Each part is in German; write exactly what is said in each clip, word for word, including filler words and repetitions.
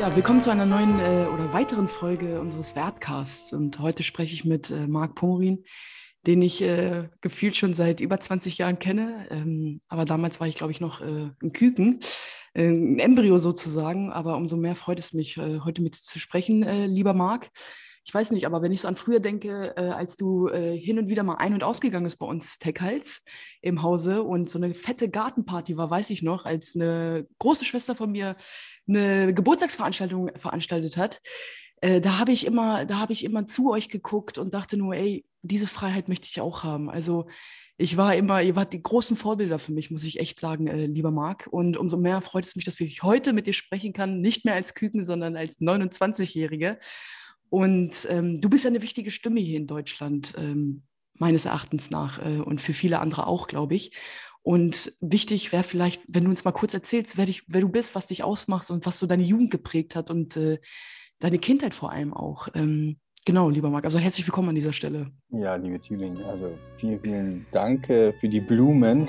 Ja, willkommen zu einer neuen äh, oder weiteren Folge unseres Wertcasts. Und heute spreche ich mit äh, Marc Pomorin, den ich äh, gefühlt schon seit über zwanzig Jahren kenne. Ähm, aber damals war ich, glaube ich, noch äh, ein Küken, äh, ein Embryo sozusagen. Aber umso mehr freut es mich, äh, heute mit dir zu sprechen, äh, lieber Marc. Ich weiß nicht, aber wenn ich so an früher denke, äh, als du äh, hin und wieder mal ein- und ausgegangen bist bei uns Tech-Hals im Hause und so eine fette Gartenparty war, weiß ich noch, als eine große Schwester von mir eine Geburtstagsveranstaltung veranstaltet hat, äh, da habe ich immer, da habe ich immer zu euch geguckt und dachte nur, ey, diese Freiheit möchte ich auch haben. Also ich war immer, ihr wart die großen Vorbilder für mich, muss ich echt sagen, äh, lieber Marc. Und umso mehr freut es mich, dass ich heute mit dir sprechen kann, nicht mehr als Küken, sondern als neunundzwanzig-Jährige. Und ähm, du bist ja eine wichtige Stimme hier in Deutschland, ähm, meines Erachtens nach, äh, und für viele andere auch, glaube ich. Und wichtig wäre vielleicht, wenn du uns mal kurz erzählst, wer, dich, wer du bist, was dich ausmacht und was so deine Jugend geprägt hat und äh, deine Kindheit vor allem auch. Ähm, genau, lieber Marc. Also herzlich willkommen an dieser Stelle. Ja, liebe Tübingen, also vielen, vielen Dank äh, für die Blumen.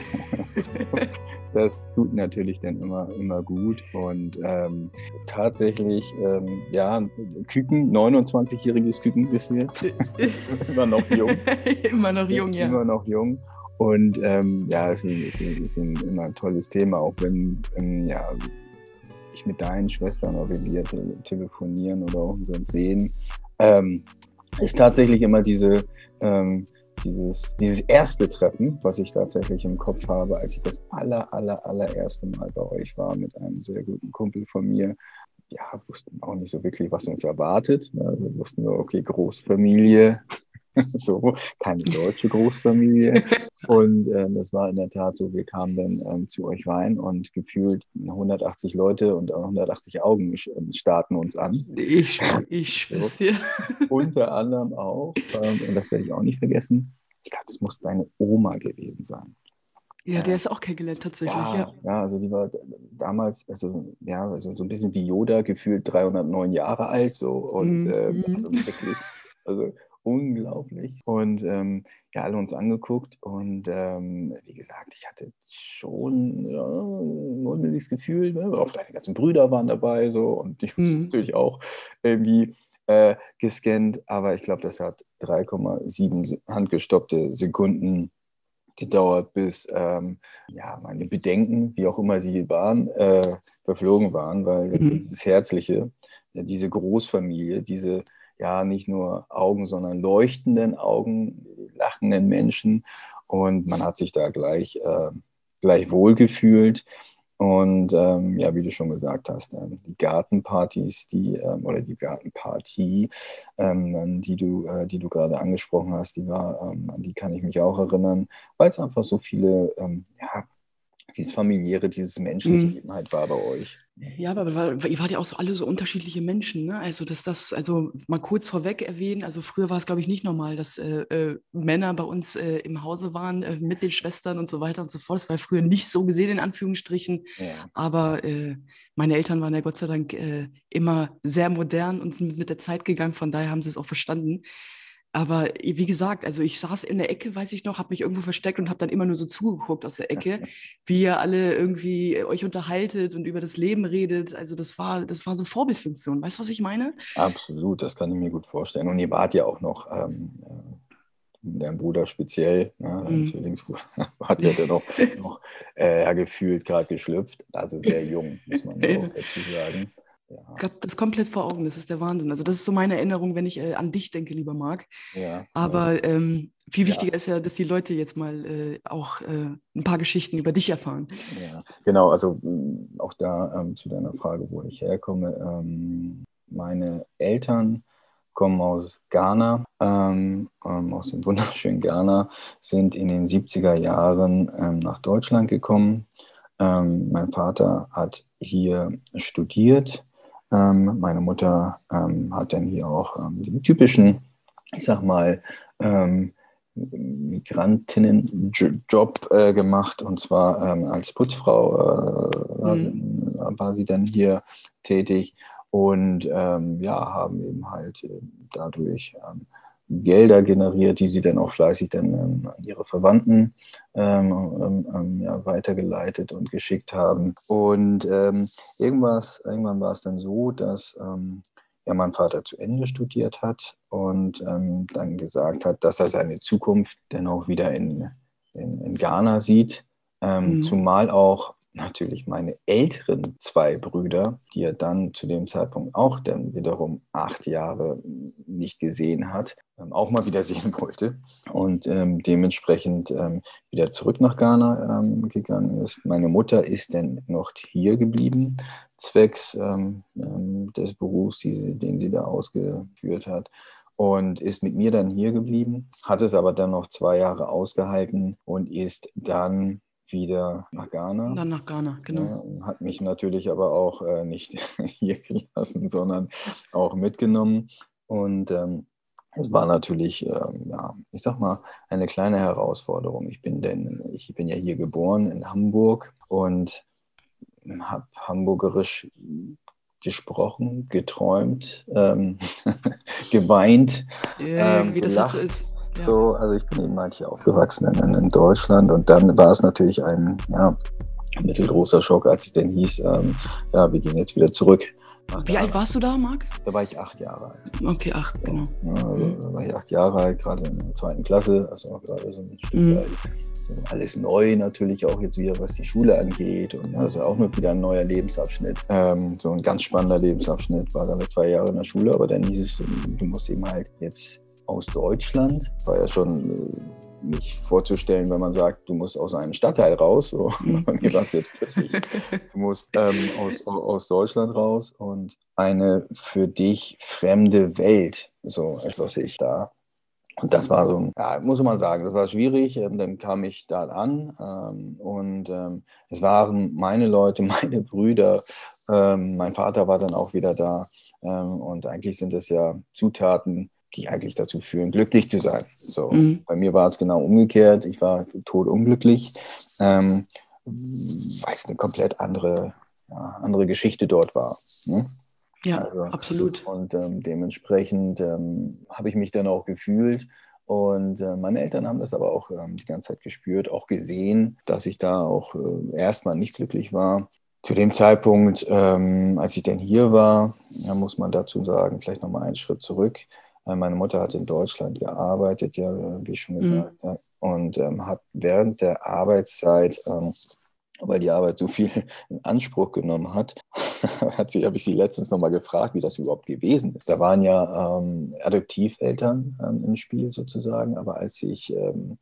Das tut natürlich dann immer, immer gut. Und ähm, tatsächlich, ähm, ja, Küken, neunundzwanzig-jähriges Küken bist du jetzt. Immer noch jung. Immer noch jung, ja. Immer noch jung. Und ähm, ja, es ist, ist, ist ein, immer ein tolles Thema, auch wenn ähm, ja, ich mit deinen Schwestern oder wir te- telefonieren oder auch uns sehen. Ähm, ist tatsächlich immer diese, ähm, dieses, dieses erste Treffen, was ich tatsächlich im Kopf habe, als ich das aller, aller, allererste Mal bei euch war mit einem sehr guten Kumpel von mir. Ja, wussten auch nicht so wirklich, was uns erwartet. Also wir wussten nur, okay, Großfamilie, so, keine deutsche Großfamilie. Und äh, das war in der Tat so, wir kamen dann ähm, zu euch rein und gefühlt hundertachtzig Leute und hundertachtzig Augen starrten uns an. Ich, ich schwör's dir. Unter anderem auch, ähm, und das werde ich auch nicht vergessen, ich glaube, das muss deine Oma gewesen sein. Ja, der Äh, ist auch kennengelernt tatsächlich, ja, ja. ja, also die war damals, also ja, also so ein bisschen wie Yoda, gefühlt dreihundertneun Jahre alt, so und Mhm. ähm, Mhm. also wirklich, also unglaublich. Und ähm, ja, alle uns angeguckt und ähm, wie gesagt, ich hatte schon ja, ein mulmiges Gefühl, ne? Auch deine ganzen Brüder waren dabei, so und ich wurde Mhm. natürlich auch irgendwie äh, gescannt, aber ich glaube, das hat drei Komma sieben handgestoppte Sekunden gedauert, bis ähm, ja, meine Bedenken, wie auch immer sie waren, äh, verflogen waren, weil Mhm. dieses Herzliche, ja, diese Großfamilie, diese ja nicht nur Augen, sondern leuchtenden Augen, lachenden Menschen und man hat sich da gleich, äh, gleich wohl gefühlt. Und ähm, ja, wie du schon gesagt hast, äh, die Gartenpartys, die ähm, oder die Gartenparty, ähm, die du, äh, die du gerade angesprochen hast, die war, ähm, an die kann ich mich auch erinnern, weil es einfach so viele, ähm, ja, dieses familiäre, dieses menschliche Mhm. eben halt war bei euch. Ja, aber weil- ihr wart ja auch so alle so unterschiedliche Menschen, ne? Also, dass das, also mal kurz vorweg erwähnen, also früher war es, glaube ich, nicht normal, dass äh, äh, Männer bei uns äh, im Hause waren, äh, mit den Schwestern und so weiter und so fort. Das war ja früher nicht so gesehen, in Anführungsstrichen. Ja, Aber äh, meine Eltern waren ja Gott sei Dank äh, immer sehr modern und sind mit der Zeit gegangen, von daher haben sie es auch verstanden. Aber wie gesagt, also ich saß in der Ecke, weiß ich noch, habe mich irgendwo versteckt und habe dann immer nur so zugeguckt aus der Ecke, wie ihr alle irgendwie euch unterhaltet und über das Leben redet. Also das war, das war so Vorbildfunktion. Weißt du, was ich meine? absolut, das kann ich mir gut vorstellen. Und ihr wart ja auch noch, ähm, äh, dein Bruder speziell, ja, dein Mhm. Zwillingsbruder, hat ja dann noch, noch äh, ja, gefühlt gerade geschlüpft, also sehr jung, muss man Ja. auch dazu sagen. Ja, Ich habe das komplett vor Augen. Das ist der Wahnsinn. Also das ist so meine Erinnerung, wenn ich äh, an dich denke, lieber Marc. ja, ja, Aber ähm, viel ja, wichtiger ist ja, dass die Leute jetzt mal äh, auch äh, ein paar Geschichten über dich erfahren. ja. Genau, also mh, auch da ähm, zu deiner Frage, wo ich herkomme. Ähm, meine Eltern kommen aus Ghana, ähm, ähm, aus dem wunderschönen Ghana, sind in den siebziger Jahren ähm, nach Deutschland gekommen. Ähm, mein Vater hat hier studiert. Ähm, meine Mutter ähm, hat dann hier auch ähm, den typischen, ich sag mal, ähm, Migrantinnenjob äh, gemacht, und zwar ähm, als Putzfrau äh, Mhm. war sie dann hier tätig und ähm, ja, haben eben halt äh, dadurch ähm, Gelder generiert, die sie dann auch fleißig dann ähm, an ihre Verwandten ähm, ähm, ja, weitergeleitet und geschickt haben. Und ähm, irgendwas, irgendwann war es dann so, dass ähm, ja, mein Vater zu Ende studiert hat und ähm, dann gesagt hat, dass er seine Zukunft dann auch wieder in, in, in Ghana sieht. Ähm, Mhm. zumal auch natürlich meine älteren zwei Brüder, die er dann zu dem Zeitpunkt auch dann wiederum acht Jahre nicht gesehen hat, ähm, auch mal wieder sehen wollte und ähm, dementsprechend ähm, wieder zurück nach Ghana ähm, gegangen ist. Meine Mutter ist dann noch hier geblieben, zwecks ähm, ähm, des Berufs, die, den sie da ausgeführt hat. Und ist mit mir dann hier geblieben, hat es aber dann noch zwei Jahre ausgehalten und ist dann wieder nach Ghana. Dann nach Ghana, genau. Ja, hat mich natürlich aber auch äh, nicht hier gelassen, sondern auch mitgenommen. Und ähm, es war natürlich, ähm, ja, ich sag mal, eine kleine Herausforderung. Ich bin denn, ich bin ja hier geboren in Hamburg und habe hamburgerisch gesprochen, geträumt, ähm, geweint, Äh, ähm, wie das halt so gelacht. ist. Ja. So, also ich bin eben halt hier aufgewachsen in, in Deutschland und dann war es natürlich ein ja, mittelgroßer Schock, als es denn hieß, ähm, ja, wir gehen jetzt wieder zurück. Wie alt warst du da, Marc? Da war ich acht Jahre alt. Okay, acht, So, genau. ja, also, Mhm. da war ich acht Jahre alt, gerade in der zweiten Klasse, also auch gerade so ein Stück Mhm. weit. So, alles neu natürlich auch jetzt wieder, was die Schule angeht und also auch noch wieder ein neuer Lebensabschnitt. Ähm, so ein ganz spannender Lebensabschnitt, war dann zwei Jahre in der Schule, aber dann hieß es, du musst eben halt jetzt aus Deutschland, war ja schon äh, nicht vorzustellen, wenn man sagt, du musst aus einem Stadtteil raus, so Mhm. bei mir war es jetzt plötzlich, du musst ähm, aus, aus Deutschland raus und eine für dich fremde Welt, so erschloss ich da. Und das war so, ja, muss man sagen, das war schwierig. Ähm, Dann kam ich da an ähm, und ähm, es waren meine Leute, meine Brüder. Ähm, mein Vater war dann auch wieder da. Ähm, und eigentlich sind das ja Zutaten, die eigentlich dazu führen, glücklich zu sein. So, Mhm. bei mir war es genau umgekehrt. Ich war todunglücklich, ähm, weil es eine komplett andere, ja, andere Geschichte dort war. Ne? Ja, Also, absolut. und ähm, dementsprechend ähm, habe ich mich dann auch gefühlt. Und äh, meine Eltern haben das aber auch ähm, die ganze Zeit gespürt, auch gesehen, dass ich da auch äh, erstmal nicht glücklich war. Zu dem Zeitpunkt, ähm, als ich dann hier war, ja, muss man dazu sagen, vielleicht nochmal einen Schritt zurück. Äh, meine Mutter hat in Deutschland gearbeitet, ja, wie ich schon Mhm. gesagt habe, und ähm, hat während der Arbeitszeit, ähm, weil die Arbeit so viel in Anspruch genommen hat, hat sie, habe ich sie letztens nochmal gefragt, wie das überhaupt gewesen ist. Da waren ja ähm, Adoptiveltern ähm, im Spiel sozusagen, aber als ich ähm,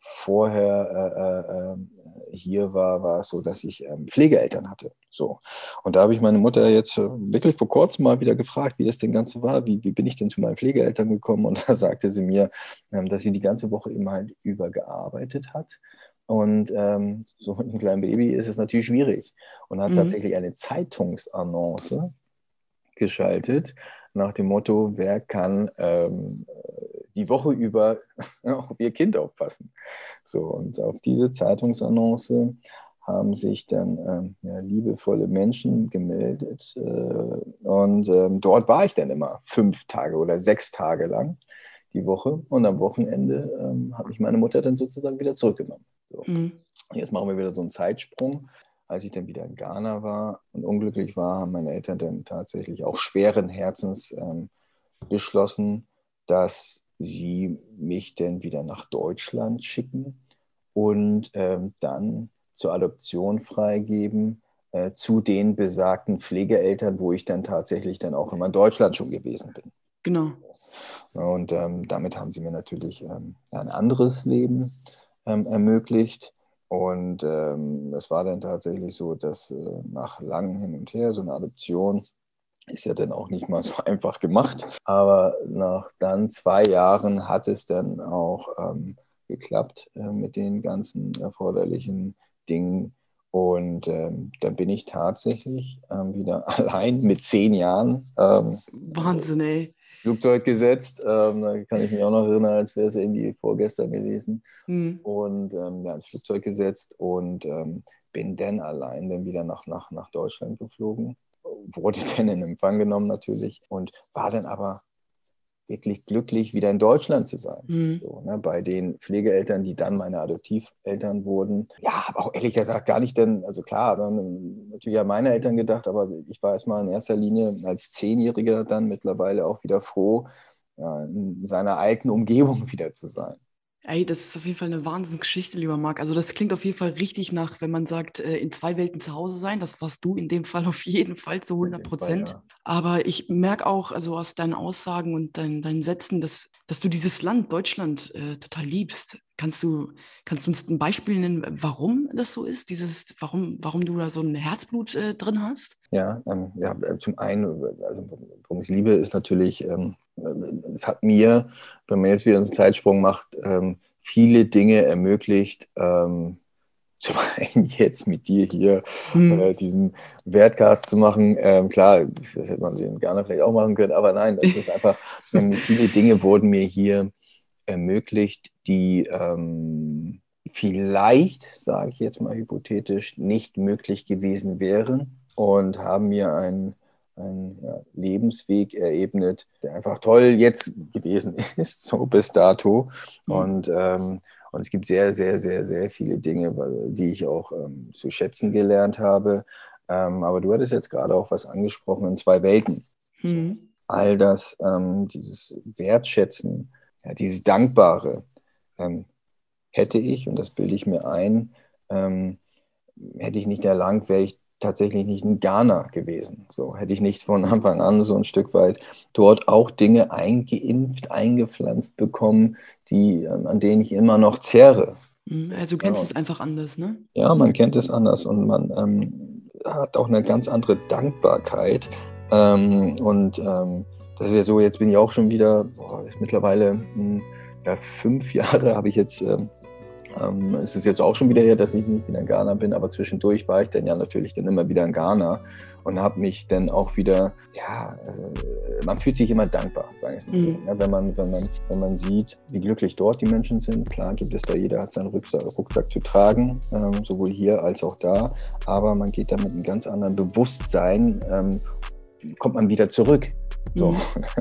vorher äh, äh, hier war, war es so, dass ich ähm, Pflegeeltern hatte. So. Und da habe ich meine Mutter jetzt äh, wirklich vor kurzem mal wieder gefragt, wie das denn Ganze war, wie, wie bin ich denn zu meinen Pflegeeltern gekommen? Und da sagte sie mir, ähm, dass sie die ganze Woche immer halt über gearbeitet hat. Und ähm, so mit einem kleinen Baby ist es natürlich schwierig. Und hat Mhm. tatsächlich eine Zeitungsannonce geschaltet nach dem Motto, wer kann ähm, die Woche über auf ihr Kind aufpassen. So, und auf diese Zeitungsannonce haben sich dann ähm, ja, liebevolle Menschen gemeldet. Äh, und ähm, dort war ich dann immer fünf Tage oder sechs Tage lang die Woche. Und am Wochenende ähm, hat mich meine Mutter dann sozusagen wieder zurückgenommen. So. Mhm. Jetzt machen wir wieder so einen Zeitsprung. Als ich dann wieder in Ghana war und unglücklich war, haben meine Eltern dann tatsächlich auch schweren Herzens ähm, beschlossen, dass sie mich dann wieder nach Deutschland schicken und ähm, dann zur Adoption freigeben äh, zu den besagten Pflegeeltern, wo ich dann tatsächlich dann auch immer in Deutschland schon gewesen bin. Genau. Und ähm, damit haben sie mir natürlich ähm, ein anderes Leben ähm, ermöglicht. Und ähm, es war dann tatsächlich so, dass äh, nach langem Hin und Her, so eine Adoption ist ja dann auch nicht mal so einfach gemacht. Aber nach dann zwei Jahren hat es dann auch ähm, geklappt äh, mit den ganzen erforderlichen Dingen. Und ähm, dann bin ich tatsächlich ähm, wieder allein mit zehn Jahren ähm, Wahnsinn, ey. Flugzeug gesetzt. Ähm, da kann ich mich auch noch erinnern, als wäre es irgendwie vorgestern gewesen. Mhm. Und ähm, ja, ins Flugzeug gesetzt und ähm, bin dann allein dann wieder nach, nach, nach Deutschland geflogen. Wurde dann in Empfang genommen natürlich und war dann aber wirklich glücklich, wieder in Deutschland zu sein. Mhm. So, ne, bei den Pflegeeltern, die dann meine Adoptiveltern wurden. Ja, aber auch ehrlich gesagt gar nicht, denn, also klar, haben natürlich an meine Eltern gedacht, aber ich war erstmal in erster Linie als Zehnjähriger dann mittlerweile auch wieder froh, ja, in seiner alten Umgebung wieder zu sein. Ey, das ist auf jeden Fall eine Wahnsinnsgeschichte, lieber Marc. Also das klingt auf jeden Fall richtig nach, wenn man sagt, äh, in zwei Welten zu Hause sein. Das warst du in dem Fall auf jeden Fall zu hundert Prozent. Ja. Aber ich merke auch, also aus deinen Aussagen und dein, deinen Sätzen, dass, dass du dieses Land, Deutschland, äh, total liebst. Kannst du, kannst du uns ein Beispiel nennen, warum das so ist? Dieses, warum, warum du da so ein Herzblut äh, drin hast? Ja, ähm, ja, zum einen, also, warum ich es liebe, ist natürlich, ähm, es hat mir, wenn man jetzt wieder einen Zeitsprung macht, ähm, viele Dinge ermöglicht, ähm, zum einen jetzt mit dir hier Hm. äh, diesen Wertcast zu machen. Ähm, klar, das hätte man den gerne vielleicht auch machen können, aber nein, das ist einfach, ähm, viele Dinge wurden mir hier ermöglicht, die ähm, vielleicht, sage ich jetzt mal hypothetisch, nicht möglich gewesen wären und haben mir einen, einen ja, Lebensweg erebnet, der einfach toll jetzt gewesen ist, so bis dato. Hm. Und, ähm, und es gibt sehr, sehr, sehr, sehr viele Dinge, die ich auch ähm, zu schätzen gelernt habe. Ähm, aber du hattest jetzt gerade auch was angesprochen in zwei Welten. Hm. So, all das, ähm, dieses Wertschätzen, ja, dieses Dankbare, ähm, hätte ich, und das bilde ich mir ein, ähm, hätte ich nicht erlangt, wäre ich tatsächlich nicht in Ghana gewesen. So hätte ich nicht von Anfang an so ein Stück weit dort auch Dinge eingeimpft, eingepflanzt bekommen, die, ähm, an denen ich immer noch zehre. Hm. Also du Ja, kennst und, es einfach anders, ne? ja, man kennt es anders und man ähm, hat auch eine ganz andere Dankbarkeit. Ähm, und ähm, das ist ja so, jetzt bin ich auch schon wieder, boah, mittlerweile mh, ja, fünf Jahre habe ich jetzt, ähm, ähm, es ist jetzt auch schon wieder her, dass ich nicht wieder in Ghana bin, aber zwischendurch war ich dann ja natürlich dann immer wieder in Ghana und habe mich dann auch wieder, ja, äh, man fühlt sich immer dankbar, sagen wir es mal so. Mhm. Ja, wenn man, wenn man, wenn man sieht, wie glücklich dort die Menschen sind, klar gibt es da, jeder hat seinen Rucksack, Rucksack zu tragen, ähm, sowohl hier als auch da, aber man geht da mit einem ganz anderen Bewusstsein, ähm, kommt man wieder zurück. So. Mhm.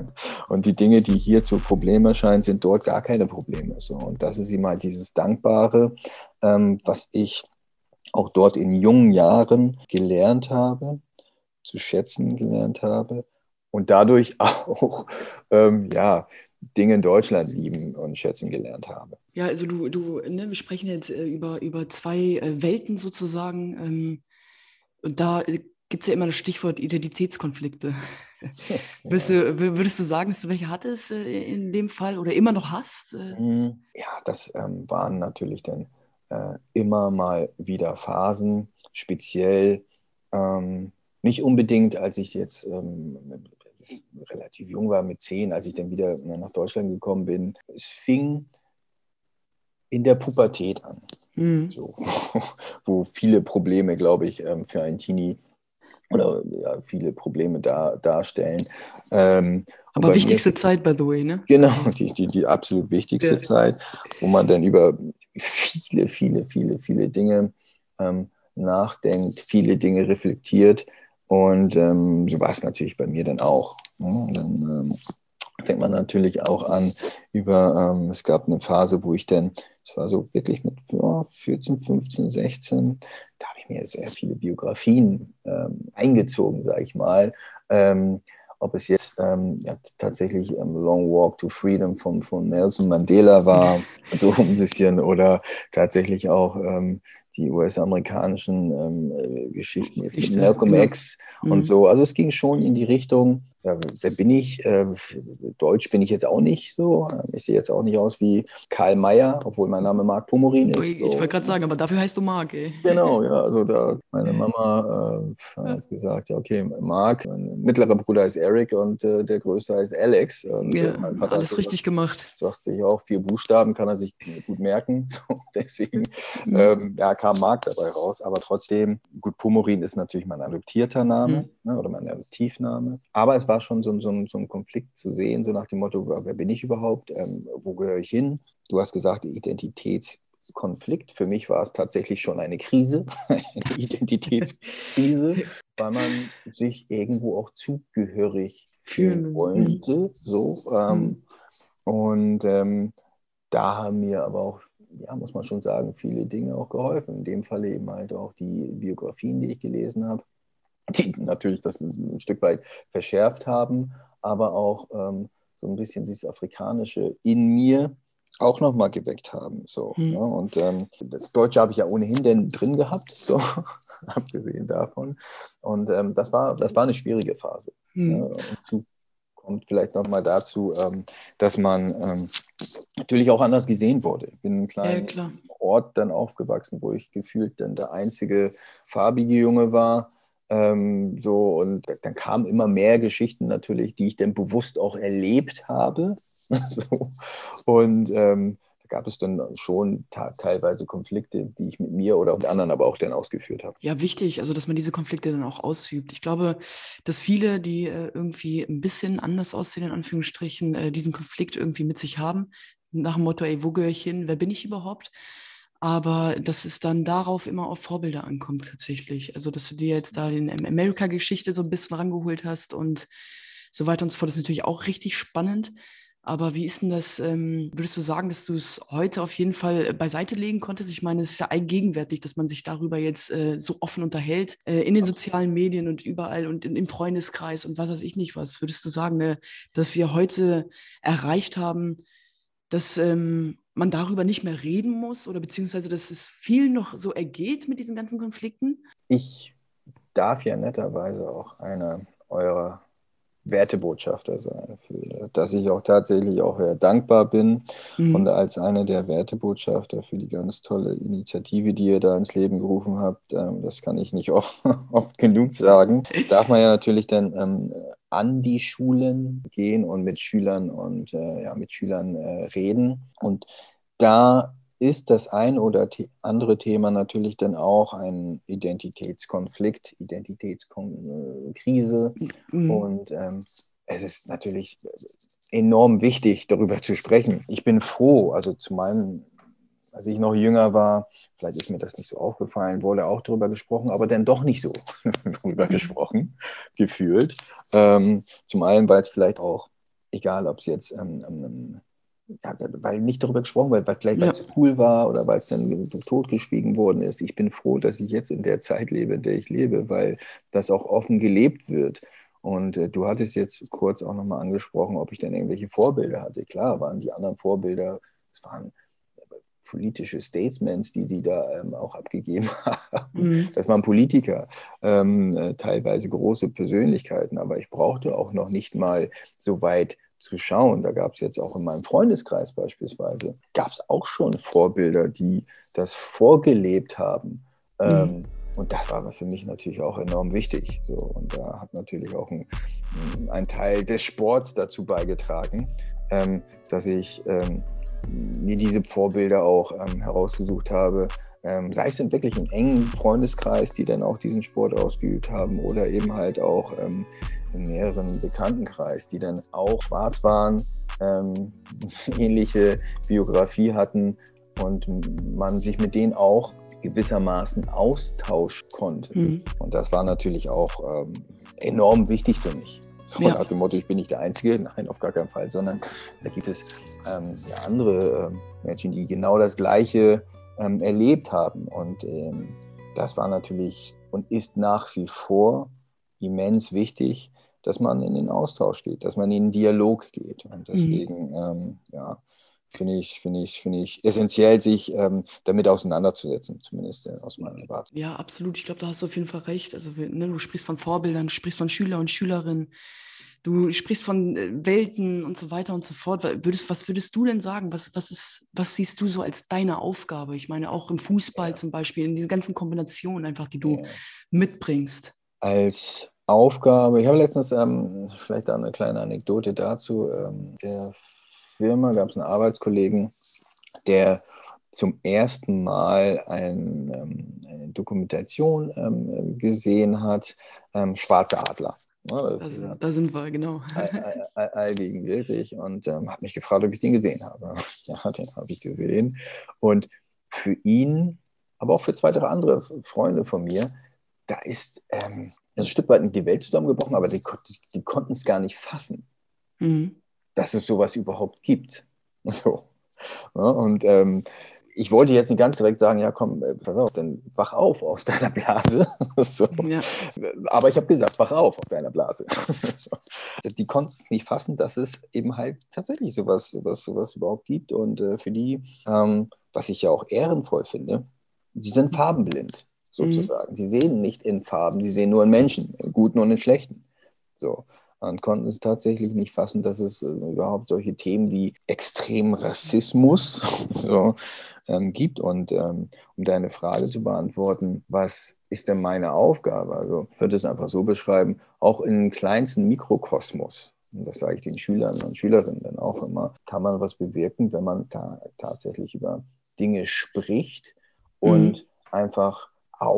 Und die Dinge, die hier zu Problemen erscheinen, sind dort gar keine Probleme. So. Und das ist immer dieses Dankbare, ähm, was ich auch dort in jungen Jahren gelernt habe, zu schätzen gelernt habe und dadurch auch ähm, ja, Dinge in Deutschland lieben und schätzen gelernt habe. Ja, also du, du, ne, wir sprechen jetzt äh, über, über zwei äh, Welten sozusagen. Ähm, und da äh, gibt es ja immer das Stichwort Identitätskonflikte. Würdest Ja. du, wür- würdest du sagen, dass du welche hattest äh, in dem Fall oder immer noch hast? Äh? Ja, das ähm, waren natürlich dann äh, immer mal wieder Phasen, speziell ähm, nicht unbedingt, als ich jetzt ähm, relativ jung war, mit zehn, als ich dann wieder nach Deutschland gekommen bin. Es fing in der Pubertät an, Mhm. so, wo, wo viele Probleme, glaube ich, ähm, für einen Teenie oder ja, viele Probleme da, darstellen. Ähm, und Aber bei mir wichtigste Zeit, by the way, ne? genau, die, die, die absolut wichtigste Ja. Zeit, wo man dann über viele, viele, viele, viele Dinge ähm, nachdenkt, viele Dinge reflektiert. Und ähm, so war es natürlich bei mir dann auch. Ja, dann ähm, fängt man natürlich auch an über, ähm, es gab eine Phase, wo ich dann, es war so wirklich mit ja, vierzehn, fünfzehn, sechzehn, da habe ich mir sehr viele Biografien ähm, eingezogen, sage ich mal. Ähm, ob es jetzt ähm, ja, tatsächlich ähm, Long Walk to Freedom von, von Nelson Mandela war, so ein bisschen, oder tatsächlich auch ähm, die U S-amerikanischen ähm, äh, Geschichten jetzt mit Geschichte, Malcolm genau. X und Mhm. so. Also es ging schon in die Richtung, ja, wer bin ich? Äh, Deutsch bin ich jetzt auch nicht so. Ich sehe jetzt auch nicht aus wie Karl Mayer, obwohl mein Name Marc Pomorin ist. Ich, ich wollte So. gerade sagen, aber dafür heißt du Marc, ey. Genau, ja, also da meine Mama äh, hat gesagt, ja, okay, Marc, mein mittlerer Bruder heißt Eric und äh, der größte heißt Alex. Und äh, Ja, mein Vater hat alles gesagt, richtig gemacht. sagt sich auch, vier Buchstaben kann er sich gut merken. So, deswegen Mhm. ähm, ja, kam Marc dabei raus. Aber trotzdem, gut, Pomorin ist natürlich mein adoptierter Name, Mhm. ne, oder mein Adoptivname. Aber es war schon so, so, so ein Konflikt zu sehen, so nach dem Motto, wer bin ich überhaupt? Ähm, wo gehöre ich hin? Du hast gesagt, Identitätskonflikt. Für mich war es tatsächlich schon eine Krise, eine Identitätskrise, weil man sich irgendwo auch zugehörig fühlen Fühlen. Mhm. wollte. So, ähm, Mhm. und ähm, da haben mir aber auch, ja, muss man schon sagen, viele Dinge auch geholfen. In dem Fall eben halt auch die Biografien, die ich gelesen habe, die natürlich das ein Stück weit verschärft haben, aber auch ähm, so ein bisschen dieses Afrikanische in mir auch nochmal geweckt haben. So, ne? Mhm. Und ähm, das Deutsche habe ich ja ohnehin denn drin gehabt, so abgesehen davon. Und ähm, das war, das war eine schwierige Phase. Ne? Mhm. Und zu kommt vielleicht nochmal dazu, ähm, dass man ähm, natürlich auch anders gesehen wurde. Ich bin in einem Ja, ja, kleinen klar. Ort dann aufgewachsen, wo ich gefühlt dann der einzige farbige Junge war. Ähm, so, und dann kamen immer mehr Geschichten natürlich, die ich dann bewusst auch erlebt habe. So. Und ähm, da gab es dann schon teilweise Konflikte, die ich mit mir oder mit anderen aber auch dann ausgeführt habe. Ja, wichtig, also dass man diese Konflikte dann auch ausübt. Ich glaube, dass viele, die äh, irgendwie ein bisschen anders aussehen, in Anführungsstrichen, äh, diesen Konflikt irgendwie mit sich haben, nach dem Motto, ey, wo gehöre ich hin, wer bin ich überhaupt? Aber dass es dann darauf immer auf Vorbilder ankommt tatsächlich. Also, dass du dir jetzt da die Amerika-Geschichte so ein bisschen rangeholt hast und so weiter und so fort, ist natürlich auch richtig spannend. Aber wie ist denn das, ähm, würdest du sagen, dass du es heute auf jeden Fall äh, beiseite legen konntest? Ich meine, es ist ja allgegenwärtig, dass man sich darüber jetzt äh, so offen unterhält, äh, in den sozialen Medien und überall und in, im Freundeskreis und was weiß ich nicht was. Würdest du sagen, ne, dass wir heute erreicht haben, dass ähm, man darüber nicht mehr reden muss oder beziehungsweise, dass es vielen noch so ergeht mit diesen ganzen Konflikten? Ich darf ja netterweise auch einer eurer Wertebotschafter sein, für dass ich auch tatsächlich auch sehr dankbar bin und Mhm. als einer der Wertebotschafter für die ganz tolle Initiative, die ihr da ins Leben gerufen habt, ähm, das kann ich nicht oft, oft genug sagen, darf man ja natürlich dann ähm, an die Schulen gehen und mit Schülern und äh, ja, mit Schülern äh, reden. Und da ist das ein oder the- andere Thema natürlich dann auch ein Identitätskonflikt, Identitätskrise. Mhm. Und ähm, es ist natürlich enorm wichtig, darüber zu sprechen. Ich bin froh, also zu meinem, als ich noch jünger war, vielleicht ist mir das nicht so aufgefallen, wurde auch darüber gesprochen, aber dann doch nicht so darüber gesprochen, gefühlt. Ähm, zum einen, weil es vielleicht auch, egal ob es jetzt ähm, ähm, ja, weil nicht darüber gesprochen wird, weil vielleicht weil Ja. es cool war oder weil es dann totgeschwiegen worden ist. Ich bin froh, dass ich jetzt in der Zeit lebe, in der ich lebe, weil das auch offen gelebt wird. Und äh, du hattest jetzt kurz auch nochmal angesprochen, ob ich denn irgendwelche Vorbilder hatte. Klar, waren die anderen Vorbilder, es waren politische Statements, die die da ähm, auch abgegeben haben. Mhm. Das waren Politiker, ähm, äh, teilweise große Persönlichkeiten, aber ich brauchte auch noch nicht mal so weit zu schauen. Da gab es jetzt auch in meinem Freundeskreis beispielsweise, gab es auch schon Vorbilder, die das vorgelebt haben. Mhm. Ähm, und das war aber für mich natürlich auch enorm wichtig. So, und da hat natürlich auch ein, ein Teil des Sports dazu beigetragen, ähm, dass ich ähm, mir diese Vorbilder auch ähm, herausgesucht habe, ähm, sei es denn wirklich im engen Freundeskreis, die dann auch diesen Sport ausgeübt haben, oder eben halt auch ähm, im näheren Bekanntenkreis, die dann auch schwarz waren, ähm, ähnliche Biografie hatten und man sich mit denen auch gewissermaßen austauschen konnte. Mhm. Und das war natürlich auch ähm, enorm wichtig für mich. So Ja. nach dem Motto, ich bin nicht der Einzige, nein, auf gar keinen Fall, sondern da gibt es ähm, ja, andere ähm, Menschen, die genau das Gleiche ähm, erlebt haben. Und ähm, das war natürlich und ist nach wie vor immens wichtig, dass man in den Austausch geht, dass man in den Dialog geht. Und Mhm. deswegen, ähm, ja, finde ich, finde ich, finde ich essentiell, sich ähm, damit auseinanderzusetzen, zumindest äh, aus meiner Warte. Ja, absolut. Ich glaube, da hast du auf jeden Fall recht. Also, wir- ne, du sprichst von Vorbildern, du sprichst von Schüler und Schülerinnen, du sprichst von äh, Welten und so weiter und so fort. Wa- Würdest, was würdest du denn sagen? Was, was ist, was siehst du so als deine Aufgabe? Ich meine, auch im Fußball Ja, zum Beispiel, in diesen ganzen Kombinationen einfach, die du ja. mitbringst. Als Aufgabe, ich habe letztens ähm, vielleicht auch eine kleine Anekdote dazu. Ähm, der Firma gab es einen Arbeitskollegen, der zum ersten Mal ein, ähm, eine Dokumentation ähm, gesehen hat, ähm, Schwarze Adler. Ja, Da, das ist ja sind- da sind wir, genau. all, all, all, allgegenwärtig und ähm, hat mich gefragt, ob ich den gesehen habe. Ja, den habe ich gesehen. Und für ihn, aber auch für zwei, drei andere Freunde von mir, da ist ähm, ein Stück weit die Welt zusammengebrochen, aber die, die, die konnten es gar nicht fassen, Mhm. dass es sowas überhaupt gibt. So. Ja, und ähm, ich wollte jetzt nicht ganz direkt sagen, ja komm, äh, pass auf, dann wach auf aus deiner Blase. So. Ja. Aber ich habe gesagt, wach auf aus deiner Blase. Die konnten es nicht fassen, dass es eben halt tatsächlich sowas, sowas, sowas überhaupt gibt. Und äh, für die, ähm, was ich ja auch ehrenvoll finde, die sind farbenblind Mhm. sozusagen. Die sehen nicht in Farben, die sehen nur in Menschen, in guten und in schlechten. So. Und konnten es tatsächlich nicht fassen, dass es äh, überhaupt solche Themen wie extremen Rassismus so, ähm, gibt. Und ähm, um deine Frage zu beantworten, was ist denn meine Aufgabe? Also ich würde es einfach so beschreiben, auch in einem kleinsten Mikrokosmos, und das sage ich den Schülern und Schülerinnen dann auch immer, kann man was bewirken, wenn man da tatsächlich über Dinge spricht Mhm. und einfach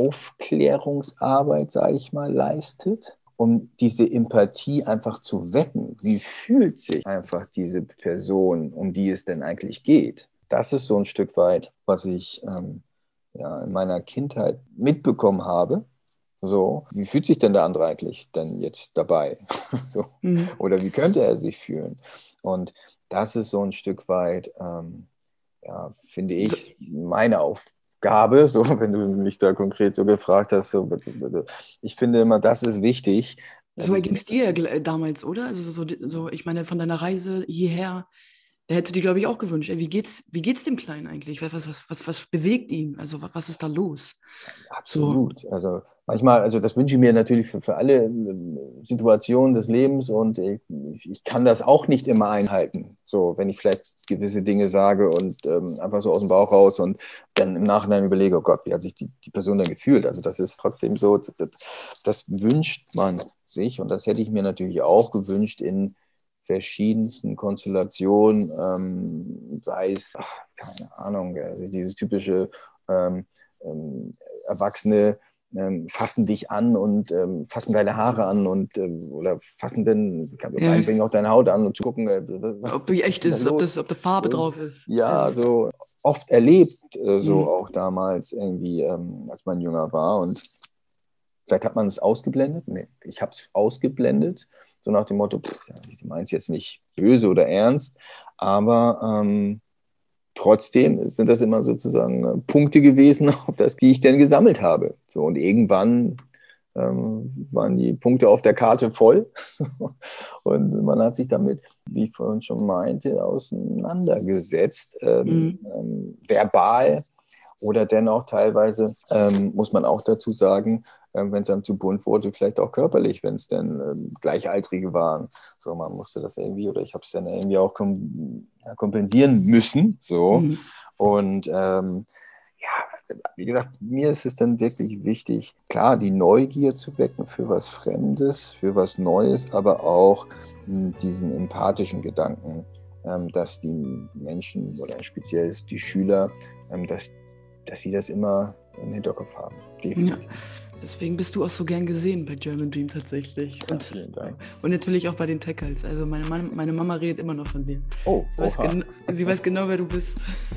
Aufklärungsarbeit, sage ich mal, leistet, um diese Empathie einfach zu wecken. Wie fühlt sich einfach diese Person, um die es denn eigentlich geht? Das ist so ein Stück weit, was ich ähm, ja, in meiner Kindheit mitbekommen habe. So, wie fühlt sich denn der andere eigentlich denn jetzt dabei? So. Mhm. Oder wie könnte er sich fühlen? Und das ist so ein Stück weit, ähm, ja, finde So, ich, meine Aufgabe, so, wenn du mich da konkret so gefragt hast. So, ich finde immer, das ist wichtig, dass so ich erging den, es dir gl- äh, damals, oder? Also so, so, ich meine, von deiner Reise hierher, da hättest du dir, glaube ich, auch gewünscht, ey, wie geht's, wie geht's dem Kleinen eigentlich? Was, was, was, was bewegt ihn? Also wa- was ist da los? So, absolut. Also manchmal, also das wünsche ich mir natürlich für, für alle äh, Situationen des Lebens und ich, ich kann das auch nicht immer einhalten. So, wenn ich vielleicht gewisse Dinge sage und ähm, einfach so aus dem Bauch raus und dann im Nachhinein überlege, oh Gott, wie hat sich die, die Person dann gefühlt? Also das ist trotzdem so, das, das wünscht man sich und das hätte ich mir natürlich auch gewünscht in verschiedensten Konstellationen, ähm, sei es, ach, keine Ahnung, also dieses typische ähm, ähm, Erwachsene ähm, fassen dich an und ähm, fassen deine Haare an und ähm, oder fassen dann ja, meinetwegen auch deine Haut an und zu gucken, äh, was ob die ist echt denn da ist, ob los? das, ob da Farbe So, drauf ist. Also, ja, so oft erlebt, äh, so mhm. auch damals irgendwie, ähm, als man jünger war und vielleicht hat man es ausgeblendet. Nee, ich habe es ausgeblendet, so nach dem Motto, pff, ja, ich meine es jetzt nicht böse oder ernst, aber ähm, trotzdem sind das immer sozusagen äh, Punkte gewesen, auf das, die ich dann gesammelt habe. So, und irgendwann ähm, waren die Punkte auf der Karte voll und man hat sich damit, wie ich vorhin schon meinte, auseinandergesetzt, ähm, Mhm. ähm, verbal oder dennoch teilweise, ähm, muss man auch dazu sagen, ähm, wenn es einem zu bunt wurde, vielleicht auch körperlich, wenn es dann ähm, Gleichaltrige waren. So, man musste das irgendwie, oder ich habe es dann irgendwie auch kom ja, kompensieren müssen. So. Mhm. Und ähm, ja, wie gesagt, mir ist es dann wirklich wichtig, klar, die Neugier zu wecken für was Fremdes, für was Neues, aber auch mh, diesen empathischen Gedanken, ähm, dass die Menschen oder speziell die Schüler, ähm, dass, dass sie das immer im Hinterkopf haben. Ja. Definitiv. Deswegen bist du auch so gern gesehen bei German Dream tatsächlich. Ja, Und, vielen Dank. und natürlich auch bei den Tackles. Also meine, Mann, meine Mama redet immer noch von dir. Oh, Sie weiß, oha. gen sie weiß genau, wer du bist.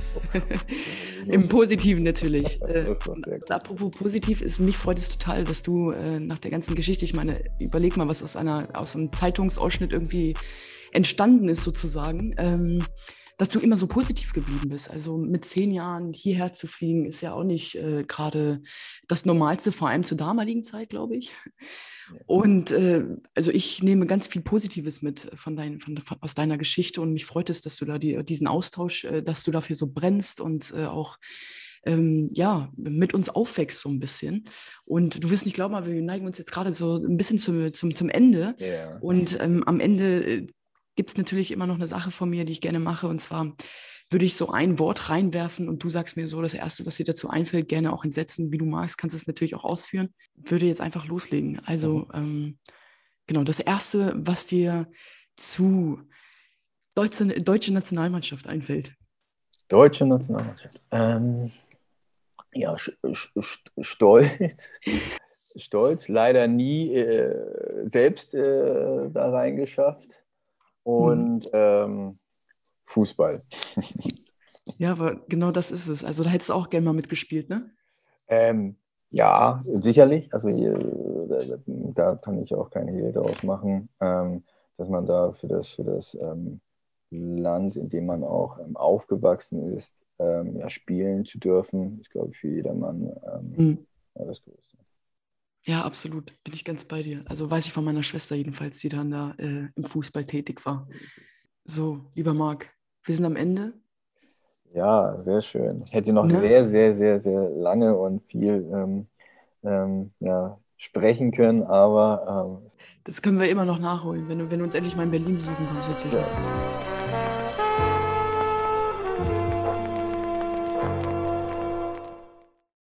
Das Im Positiven natürlich. Äh, ist doch und sehr gut. apropos positiv, ist, mich freut es total, dass du äh, nach der ganzen Geschichte, ich meine, überleg mal, was aus, einer, aus einem Zeitungsausschnitt irgendwie entstanden ist sozusagen, ähm, dass du immer so positiv geblieben bist. Also mit zehn Jahren hierher zu fliegen, ist ja auch nicht äh, gerade das Normalste, vor allem zur damaligen Zeit, glaube ich. Ja. Und äh, also ich nehme ganz viel Positives mit von dein, von, von, aus deiner Geschichte und mich freut es, dass du da die, diesen Austausch, äh, dass du dafür so brennst und äh, auch ähm, ja, mit uns aufwächst so ein bisschen. Und du wirst nicht glauben, aber wir neigen uns jetzt gerade so ein bisschen zum, zum, zum Ende. Ja. Und ähm, am Ende äh, gibt es natürlich immer noch eine Sache von mir, die ich gerne mache. Und zwar würde ich so ein Wort reinwerfen und du sagst mir so das Erste, was dir dazu einfällt, gerne auch in Sätzen, wie du magst, kannst es natürlich auch ausführen. Würde jetzt einfach loslegen. Mhm. Also ähm, genau, das Erste, was dir zu deutsche, deutsche Nationalmannschaft einfällt. Deutsche Nationalmannschaft. Ähm, ja, sch, sch, stolz. Stolz, leider nie äh, selbst äh, da reingeschafft. Mhm. Und ähm, Fußball. Ja, aber genau das ist es. Also da hättest du auch gerne mal mitgespielt, ne? Ähm, Ja, sicherlich. Also hier, da, da kann ich auch kein Hehl draus machen, ähm, dass man da für das, für das ähm, Land, in dem man auch ähm, aufgewachsen ist, ähm, ja, spielen zu dürfen, ist, glaube ich, für jedermann ähm, Mhm. ja, das Größte. Ja, absolut. Bin ich ganz bei dir. Also weiß ich von meiner Schwester jedenfalls, die dann da äh, im Fußball tätig war. So, lieber Marc, wir sind am Ende. Ja, sehr schön. Ich hätte noch Ne? sehr, sehr, sehr, sehr lange und viel ähm, ähm, ja, sprechen können, aber ähm, Das können wir immer noch nachholen. Wenn du, wenn du uns endlich mal in Berlin besuchen kommst, erzähl ich ja, dir.